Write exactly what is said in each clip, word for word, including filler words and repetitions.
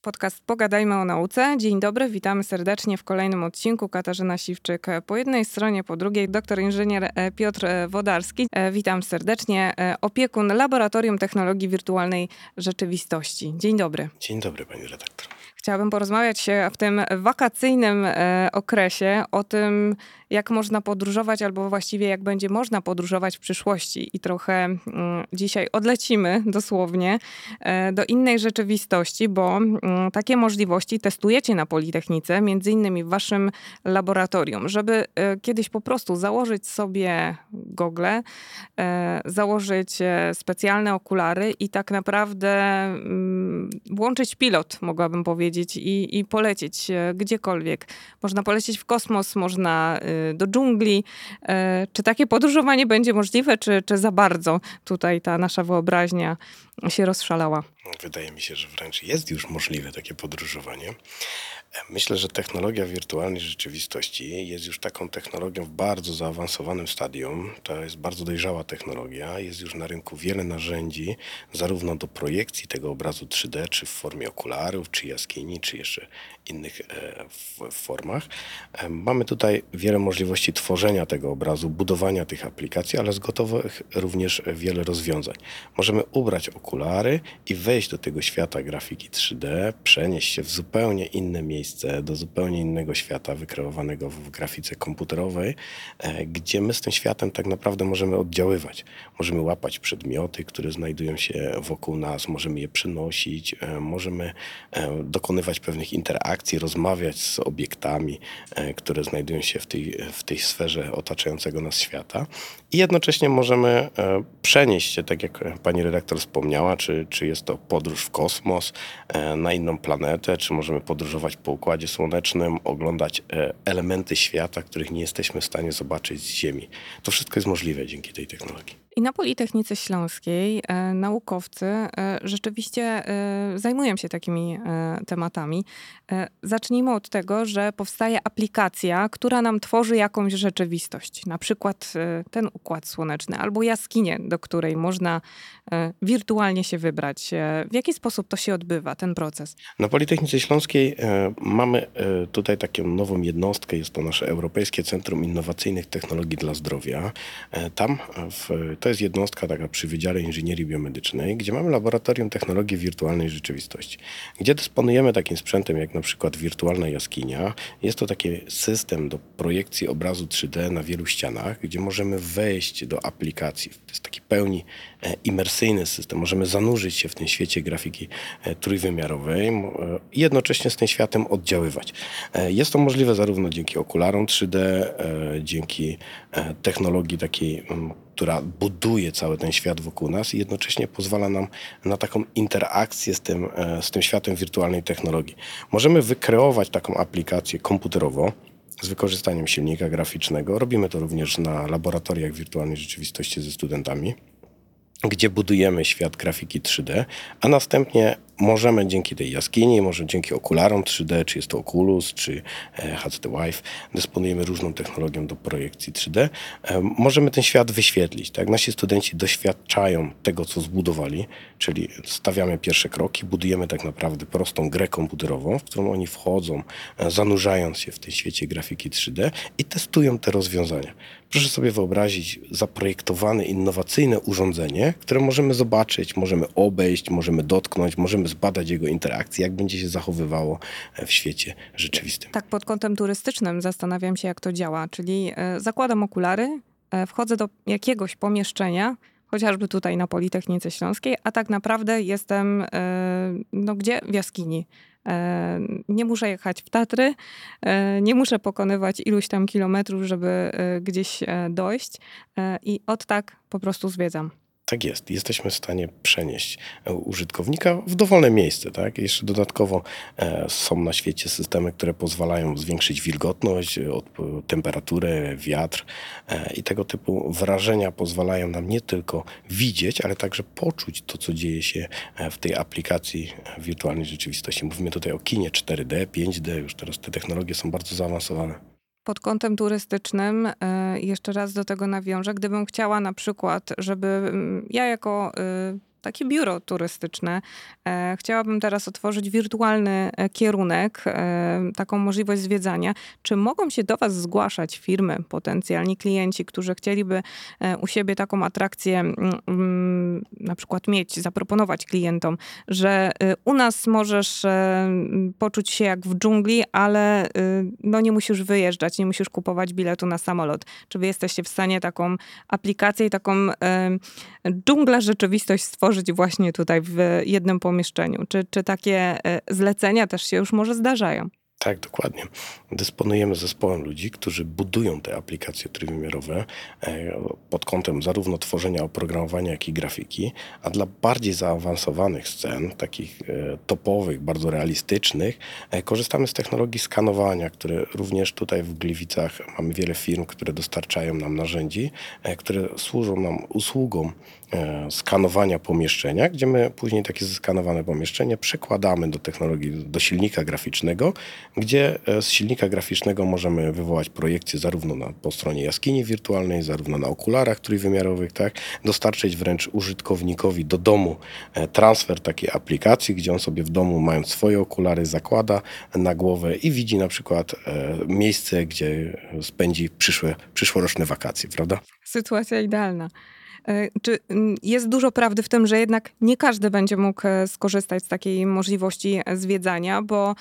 Podcast Pogadajmy o nauce. Dzień dobry, witamy serdecznie w kolejnym odcinku. Katarzyna Siwczyk po jednej stronie, po drugiej doktor inżynier Piotr Wodarski. Witam serdecznie. Opiekun Laboratorium Technologii Wirtualnej Rzeczywistości. Dzień dobry. Dzień dobry, pani redaktor. Chciałabym porozmawiać w tym wakacyjnym okresie o tym, jak można podróżować, albo właściwie jak będzie można podróżować w przyszłości. I trochę dzisiaj odlecimy dosłownie do innej rzeczywistości, bo takie możliwości testujecie na Politechnice, między innymi w waszym laboratorium, żeby kiedyś po prostu założyć sobie gogle, założyć specjalne okulary i tak naprawdę włączyć pilot, mogłabym powiedzieć, i, i polecieć gdziekolwiek. Można polecieć w kosmos, można do dżungli. Czy takie podróżowanie będzie możliwe, czy, czy za bardzo tutaj ta nasza wyobraźnia się rozszalała? Wydaje mi się, że wręcz jest już możliwe takie podróżowanie. Myślę, że technologia wirtualnej rzeczywistości jest już taką technologią w bardzo zaawansowanym stadium. To jest bardzo dojrzała technologia. Jest już na rynku wiele narzędzi, zarówno do projekcji tego obrazu trzy D, czy w formie okularów, czy jaskini, czy jeszcze innych e, w, w formach. E, mamy tutaj wiele możliwości tworzenia tego obrazu, budowania tych aplikacji, ale z gotowych również wiele rozwiązań. Możemy ubrać okulary i wejść do tego świata grafiki trzy D, przenieść się w zupełnie inne miejsce, do zupełnie innego świata wykreowanego w grafice komputerowej, gdzie my z tym światem tak naprawdę możemy oddziaływać. Możemy łapać przedmioty, które znajdują się wokół nas, możemy je przynosić, możemy dokonywać pewnych interakcji, rozmawiać z obiektami, które znajdują się w tej, w tej sferze otaczającego nas świata. I jednocześnie możemy przenieść się, tak jak pani redaktor wspomniała, czy, czy jest to podróż w kosmos, na inną planetę, czy możemy podróżować po Układzie Słonecznym, oglądać elementy świata, których nie jesteśmy w stanie zobaczyć z Ziemi. To wszystko jest możliwe dzięki tej technologii. I na Politechnice Śląskiej e, naukowcy e, rzeczywiście e, zajmują się takimi e, tematami. E, zacznijmy od tego, że powstaje aplikacja, która nam tworzy jakąś rzeczywistość. Na przykład e, ten Układ Słoneczny albo jaskinię, do której można e, wirtualnie się wybrać. E, w jaki sposób to się odbywa, ten proces? Na Politechnice Śląskiej e, mamy e, tutaj taką nową jednostkę. Jest to nasze Europejskie Centrum Innowacyjnych Technologii dla Zdrowia. E, tam w To jest jednostka taka przy Wydziale Inżynierii Biomedycznej, gdzie mamy Laboratorium Technologii Wirtualnej Rzeczywistości, gdzie dysponujemy takim sprzętem jak na przykład wirtualna jaskinia. Jest to taki system do projekcji obrazu trzy D na wielu ścianach, gdzie możemy wejść do aplikacji. To jest taki pełni imersyjny system. Możemy zanurzyć się w tym świecie grafiki trójwymiarowej i jednocześnie z tym światem oddziaływać. Jest to możliwe zarówno dzięki okularom trzy D, dzięki technologii takiej, która buduje cały ten świat wokół nas i jednocześnie pozwala nam na taką interakcję z tym, z tym światem wirtualnej technologii. Możemy wykreować taką aplikację komputerowo z wykorzystaniem silnika graficznego. Robimy to również na laboratoriach wirtualnej rzeczywistości ze studentami, gdzie budujemy świat grafiki trzy D, a następnie możemy dzięki tej jaskini, może dzięki okularom trzy D, czy jest to Oculus, czy H C T Vive, dysponujemy różną technologią do projekcji trzy D, możemy ten świat wyświetlić. Tak? Nasi studenci doświadczają tego, co zbudowali, czyli stawiamy pierwsze kroki, budujemy tak naprawdę prostą grę komputerową, w którą oni wchodzą, zanurzając się w tym świecie grafiki trzy D i testują te rozwiązania. Proszę sobie wyobrazić zaprojektowane, innowacyjne urządzenie, które możemy zobaczyć, możemy obejść, możemy dotknąć, możemy zbadać jego interakcję, jak będzie się zachowywało w świecie rzeczywistym. Tak, pod kątem turystycznym zastanawiam się, jak to działa. Czyli zakładam okulary, wchodzę do jakiegoś pomieszczenia, chociażby tutaj na Politechnice Śląskiej, a tak naprawdę jestem, no gdzie? W jaskini. Nie muszę jechać w Tatry, nie muszę pokonywać iluś tam kilometrów, żeby gdzieś dojść i od tak po prostu zwiedzam. Tak jest. Jesteśmy w stanie przenieść użytkownika w dowolne miejsce. Tak? Jeszcze dodatkowo e, są na świecie systemy, które pozwalają zwiększyć wilgotność, od, temperaturę, wiatr e, i tego typu wrażenia pozwalają nam nie tylko widzieć, ale także poczuć to, co dzieje się w tej aplikacji wirtualnej rzeczywistości. Mówimy tutaj o kinie cztery D, pięć D, już teraz te technologie są bardzo zaawansowane. Pod kątem turystycznym, jeszcze raz do tego nawiążę, gdybym chciała na przykład, żeby ja jako takie biuro turystyczne, chciałabym teraz otworzyć wirtualny kierunek, taką możliwość zwiedzania. Czy mogą się do was zgłaszać firmy, potencjalni klienci, którzy chcieliby u siebie taką atrakcję na przykład mieć, zaproponować klientom, że u nas możesz poczuć się jak w dżungli, ale no nie musisz wyjeżdżać, nie musisz kupować biletu na samolot. Czy wy jesteście w stanie taką aplikację i taką dżungla rzeczywistość stworzyć właśnie tutaj w jednym pomieszczeniu? Czy, czy takie zlecenia też się już może zdarzają? Tak, dokładnie. Dysponujemy zespołem ludzi, którzy budują te aplikacje trójwymiarowe pod kątem zarówno tworzenia oprogramowania, jak i grafiki, a dla bardziej zaawansowanych scen, takich topowych, bardzo realistycznych, korzystamy z technologii skanowania, które również tutaj w Gliwicach mamy wiele firm, które dostarczają nam narzędzi, które służą nam usługą skanowania pomieszczenia, gdzie my później takie zeskanowane pomieszczenie przekładamy do technologii, do silnika graficznego, gdzie z silnika graficznego możemy wywołać projekcje zarówno na, po stronie jaskini wirtualnej, zarówno na okularach trójwymiarowych, tak, dostarczyć wręcz użytkownikowi do domu transfer takiej aplikacji, gdzie on sobie w domu, mając swoje okulary, zakłada na głowę i widzi na przykład e, miejsce, gdzie spędzi przyszłe, przyszłoroczne wakacje, prawda? Sytuacja idealna. Czy jest dużo prawdy w tym, że jednak nie każdy będzie mógł skorzystać z takiej możliwości zwiedzania, bo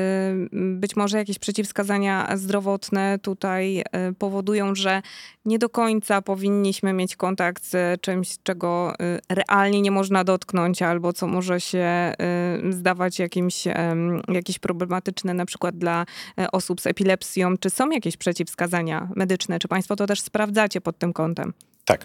być może jakieś przeciwwskazania zdrowotne tutaj powodują, że nie do końca powinniśmy mieć kontakt z czymś, czego realnie nie można dotknąć, albo co może się zdawać jakimś, jakieś problematyczne, na przykład dla osób z epilepsją. Czy są jakieś przeciwwskazania medyczne? Czy państwo to też sprawdzacie pod tym kątem? Tak.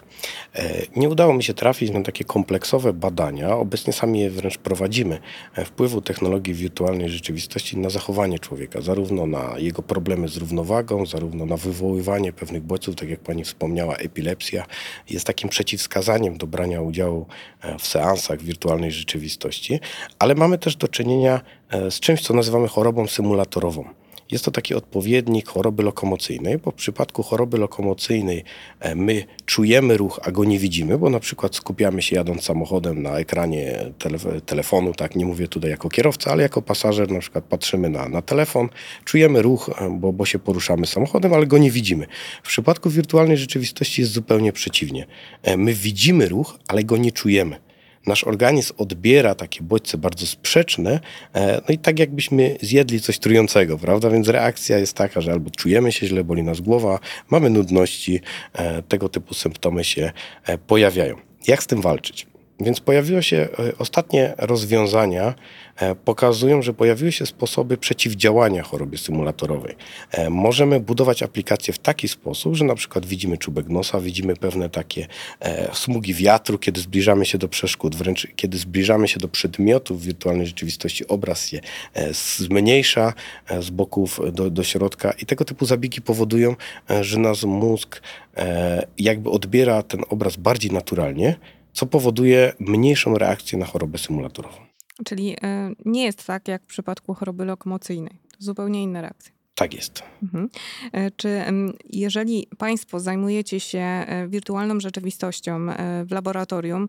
Nie udało mi się trafić na takie kompleksowe badania. Obecnie sami je wręcz prowadzimy. Wpływu technologii wirtualnej rzeczywistości na zachowanie człowieka, zarówno na jego problemy z równowagą, zarówno na wywoływanie pewnych bodźców, tak jak pani wspomniała, epilepsja jest takim przeciwwskazaniem do brania udziału w seansach wirtualnej rzeczywistości, ale mamy też do czynienia z czymś, co nazywamy chorobą symulatorową. Jest to taki odpowiednik choroby lokomocyjnej, bo w przypadku choroby lokomocyjnej my czujemy ruch, a go nie widzimy, bo na przykład skupiamy się jadąc samochodem na ekranie tele- telefonu, tak, nie mówię tutaj jako kierowca, ale jako pasażer na przykład patrzymy na, na telefon, czujemy ruch, bo, bo się poruszamy samochodem, ale go nie widzimy. W przypadku wirtualnej rzeczywistości jest zupełnie przeciwnie. My widzimy ruch, ale go nie czujemy. Nasz organizm odbiera takie bodźce bardzo sprzeczne, no i tak jakbyśmy zjedli coś trującego, prawda? Więc reakcja jest taka, że albo czujemy się źle, boli nas głowa, mamy nudności, tego typu symptomy się pojawiają. Jak z tym walczyć? Więc pojawiły się ostatnie rozwiązania, pokazują, że pojawiły się sposoby przeciwdziałania chorobie symulatorowej. Możemy budować aplikacje w taki sposób, że na przykład widzimy czubek nosa, widzimy pewne takie smugi wiatru, kiedy zbliżamy się do przeszkód, wręcz kiedy zbliżamy się do przedmiotów w wirtualnej rzeczywistości, obraz się zmniejsza z boków do, do środka i tego typu zabiegi powodują, że nasz mózg jakby odbiera ten obraz bardziej naturalnie, co powoduje mniejszą reakcję na chorobę symulatorową. Czyli nie jest tak jak w przypadku choroby lokomocyjnej. To zupełnie inna reakcja. Tak jest. Mhm. Czy jeżeli państwo zajmujecie się wirtualną rzeczywistością w laboratorium,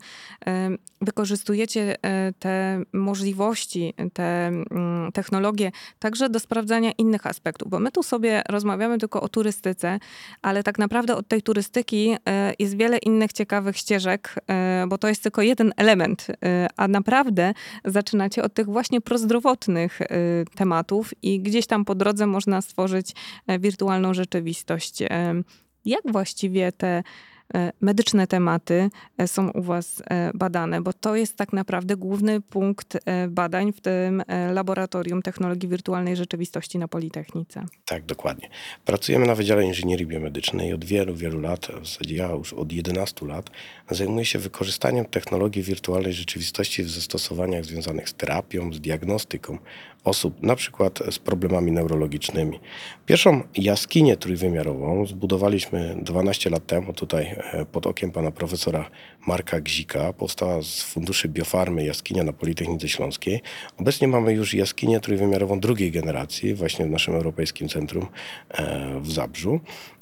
wykorzystujecie te możliwości, te technologie także do sprawdzania innych aspektów? Bo my tu sobie rozmawiamy tylko o turystyce, ale tak naprawdę od tej turystyki jest wiele innych ciekawych ścieżek, bo to jest tylko jeden element, a naprawdę zaczynacie od tych właśnie prozdrowotnych tematów i gdzieś tam po drodze można stworzyć wirtualną rzeczywistość. Jak właściwie te medyczne tematy są u was badane? Bo to jest tak naprawdę główny punkt badań w tym Laboratorium Technologii Wirtualnej Rzeczywistości na Politechnice. Tak, dokładnie. Pracujemy na Wydziale Inżynierii Biomedycznej i od wielu, wielu lat, w zasadzie ja już od jedenastu lat, zajmuję się wykorzystaniem technologii wirtualnej rzeczywistości w zastosowaniach związanych z terapią, z diagnostyką, osób na przykład z problemami neurologicznymi. Pierwszą jaskinię trójwymiarową zbudowaliśmy dwanaście lat temu tutaj pod okiem pana profesora Marka Gzika. Powstała z funduszy Biofarmy jaskinia na Politechnice Śląskiej. Obecnie mamy już jaskinię trójwymiarową drugiej generacji właśnie w naszym Europejskim Centrum w Zabrzu.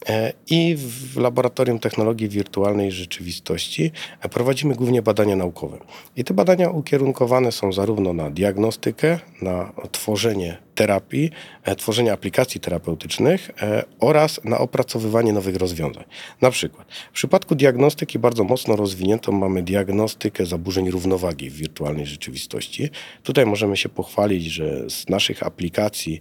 I w Laboratorium Technologii Wirtualnej Rzeczywistości prowadzimy głównie badania naukowe. I te badania ukierunkowane są zarówno na diagnostykę, na tworzenie terapii, tworzenie aplikacji terapeutycznych oraz na opracowywanie nowych rozwiązań. Na przykład w przypadku diagnostyki bardzo mocno rozwiniętą mamy diagnostykę zaburzeń równowagi w wirtualnej rzeczywistości. Tutaj możemy się pochwalić, że z naszych aplikacji,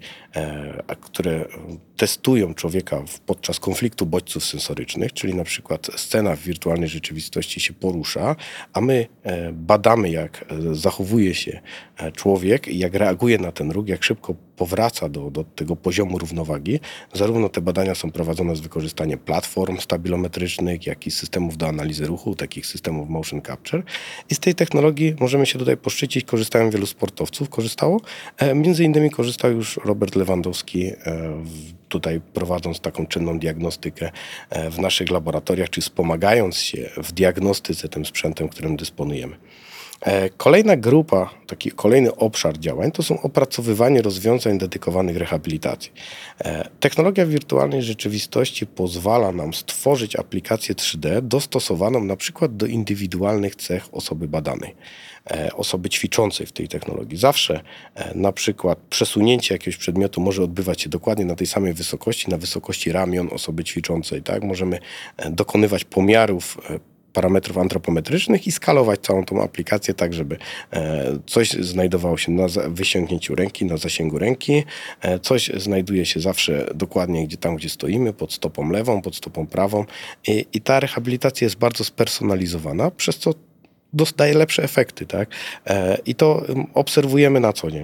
które testują człowieka podczas konfliktu bodźców sensorycznych, czyli na przykład scena w wirtualnej rzeczywistości się porusza, a my badamy, jak zachowuje się człowiek, jak reaguje na ten ruch, jak szybko powraca do, do tego poziomu równowagi. Zarówno te badania są prowadzone z wykorzystaniem platform stabilometrycznych, jak i systemów do analizy ruchu, takich systemów motion capture. I z tej technologii możemy się tutaj poszczycić. Korzystają wielu sportowców, korzystało. E, między innymi korzystał już Robert Lewandowski, e, w, tutaj prowadząc taką czynną diagnostykę e, w naszych laboratoriach, czy wspomagając się w diagnostyce tym sprzętem, którym dysponujemy. Kolejna grupa, taki kolejny obszar działań to są opracowywanie rozwiązań dedykowanych rehabilitacji. Technologia wirtualnej rzeczywistości pozwala nam stworzyć aplikację trzy D dostosowaną na przykład do indywidualnych cech osoby badanej, osoby ćwiczącej w tej technologii. Zawsze na przykład przesunięcie jakiegoś przedmiotu może odbywać się dokładnie na tej samej wysokości, na wysokości ramion osoby ćwiczącej. Tak? Możemy dokonywać pomiarów parametrów antropometrycznych i skalować całą tą aplikację tak, żeby coś znajdowało się na wysięgnięciu ręki, na zasięgu ręki. Coś znajduje się zawsze dokładnie gdzie, tam, gdzie stoimy, pod stopą lewą, pod stopą prawą. I, i ta rehabilitacja jest bardzo spersonalizowana, przez co daje lepsze efekty. Tak? I to obserwujemy na co dzień.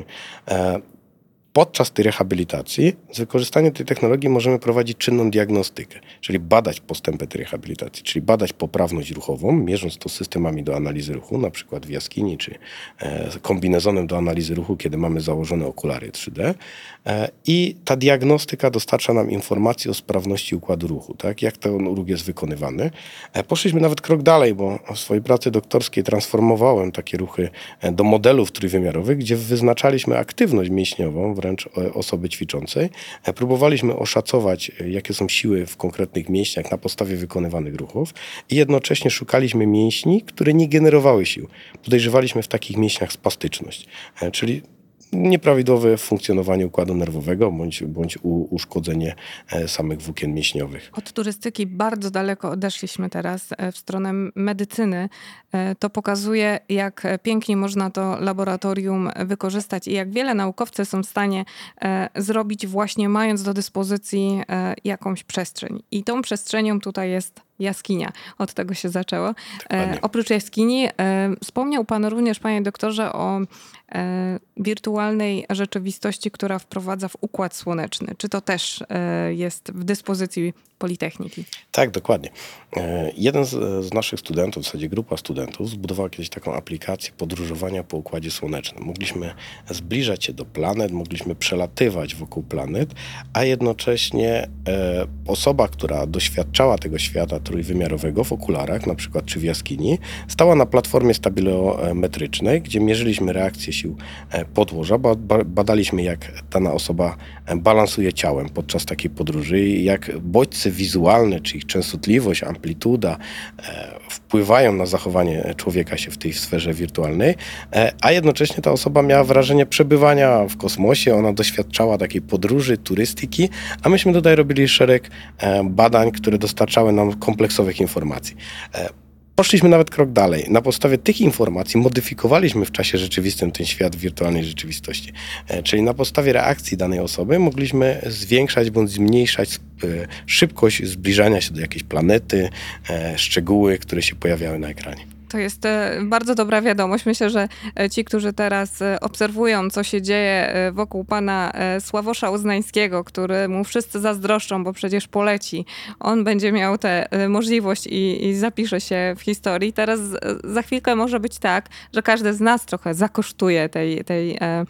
Podczas tej rehabilitacji z wykorzystaniem tej technologii możemy prowadzić czynną diagnostykę, czyli badać postępy tej rehabilitacji, czyli badać poprawność ruchową, mierząc to systemami do analizy ruchu, na przykład w jaskini, czy e, kombinezonem do analizy ruchu, kiedy mamy założone okulary trzy D. E, I ta diagnostyka dostarcza nam informacji o sprawności układu ruchu, tak? Jak ten ruch jest wykonywany. E, poszliśmy nawet krok dalej, bo w swojej pracy doktorskiej transformowałem takie ruchy do modelów trójwymiarowych, gdzie wyznaczaliśmy aktywność mięśniową, wręcz osoby ćwiczącej. Próbowaliśmy oszacować, jakie są siły w konkretnych mięśniach na podstawie wykonywanych ruchów i jednocześnie szukaliśmy mięśni, które nie generowały sił. Podejrzewaliśmy w takich mięśniach spastyczność, czyli nieprawidłowe funkcjonowanie układu nerwowego bądź, bądź u, uszkodzenie samych włókien mięśniowych. Od turystyki bardzo daleko odeszliśmy teraz w stronę medycyny. To pokazuje, jak pięknie można to laboratorium wykorzystać i jak wiele naukowcy są w stanie zrobić właśnie mając do dyspozycji jakąś przestrzeń. I tą przestrzenią tutaj jest jaskinia. Od tego się zaczęło. E, oprócz jaskini e, wspomniał pan również, panie doktorze, o e, wirtualnej rzeczywistości, która wprowadza w układ słoneczny. Czy to też e, jest w dyspozycji Politechniki? Tak, dokładnie. E, jeden z, z naszych studentów, w zasadzie grupa studentów, zbudowała kiedyś taką aplikację podróżowania po układzie słonecznym. Mogliśmy zbliżać się do planet, mogliśmy przelatywać wokół planet, a jednocześnie e, osoba, która doświadczała tego świata trójwymiarowego w okularach, na przykład czy w jaskini, stała na platformie stabilometrycznej, gdzie mierzyliśmy reakcję sił podłoża, badaliśmy, jak dana osoba balansuje ciałem podczas takiej podróży i jak bodźce wizualne, czy ich częstotliwość, amplituda wpływają na zachowanie człowieka się w tej sferze wirtualnej, a jednocześnie ta osoba miała wrażenie przebywania w kosmosie, ona doświadczała takiej podróży, turystyki, a myśmy tutaj robili szereg badań, które dostarczały nam kompleksowych informacji. Poszliśmy nawet krok dalej. Na podstawie tych informacji modyfikowaliśmy w czasie rzeczywistym ten świat wirtualnej rzeczywistości. Czyli na podstawie reakcji danej osoby mogliśmy zwiększać bądź zmniejszać szybkość zbliżania się do jakiejś planety, szczegóły, które się pojawiały na ekranie. To jest bardzo dobra wiadomość. Myślę, że ci, którzy teraz obserwują, co się dzieje wokół pana Sławosza Uznańskiego, który mu wszyscy zazdroszczą, bo przecież poleci. On będzie miał tę możliwość i, i zapisze się w historii. Teraz za chwilkę może być tak, że każdy z nas trochę zakosztuje tej, tej e, e,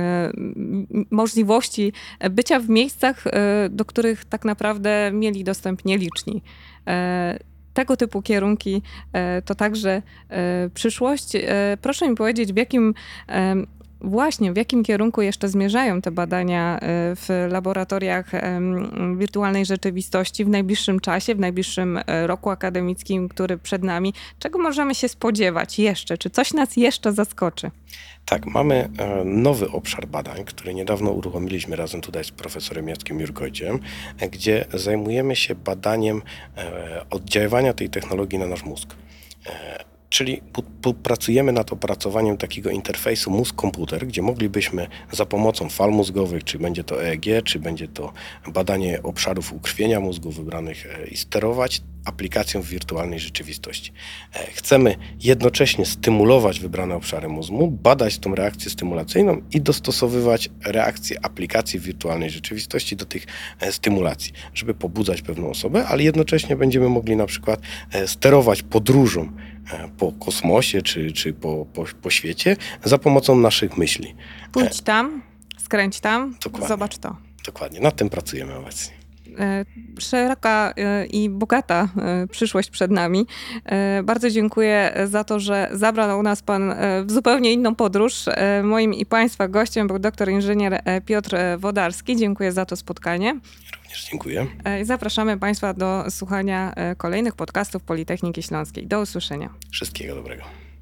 możliwości bycia w miejscach, e, do których tak naprawdę mieli dostęp nieliczni. E, Tego typu kierunki to także przyszłość. Proszę mi powiedzieć, w jakim właśnie, w jakim kierunku jeszcze zmierzają te badania w laboratoriach wirtualnej rzeczywistości w najbliższym czasie, w najbliższym roku akademickim, który przed nami? Czego możemy się spodziewać jeszcze? Czy coś nas jeszcze zaskoczy? Tak, mamy nowy obszar badań, który niedawno uruchomiliśmy razem tutaj z profesorem Jackiem Jurkojciem, gdzie zajmujemy się badaniem oddziaływania tej technologii na nasz mózg. Czyli pracujemy nad opracowaniem takiego interfejsu mózg-komputer, gdzie moglibyśmy za pomocą fal mózgowych, czy będzie to E E G, czy będzie to badanie obszarów ukrwienia mózgu wybranych i sterować aplikacją w wirtualnej rzeczywistości. Chcemy jednocześnie stymulować wybrane obszary mózgu, badać tą reakcję stymulacyjną i dostosowywać reakcję aplikacji w wirtualnej rzeczywistości do tych stymulacji, żeby pobudzać pewną osobę, ale jednocześnie będziemy mogli na przykład sterować podróżą po kosmosie czy, czy po, po, po świecie za pomocą naszych myśli. Pójdź tam, skręć tam, Dokładnie. Zobacz to. Dokładnie, nad tym pracujemy obecnie. Szeroka i bogata przyszłość przed nami. Bardzo dziękuję za to, że zabrał nas pan w zupełnie inną podróż. Moim i państwa gościem był doktor inżynier Piotr Wodarski. Dziękuję za to spotkanie. Również dziękuję. Zapraszamy państwa do słuchania kolejnych podcastów Politechniki Śląskiej. Do usłyszenia. Wszystkiego dobrego.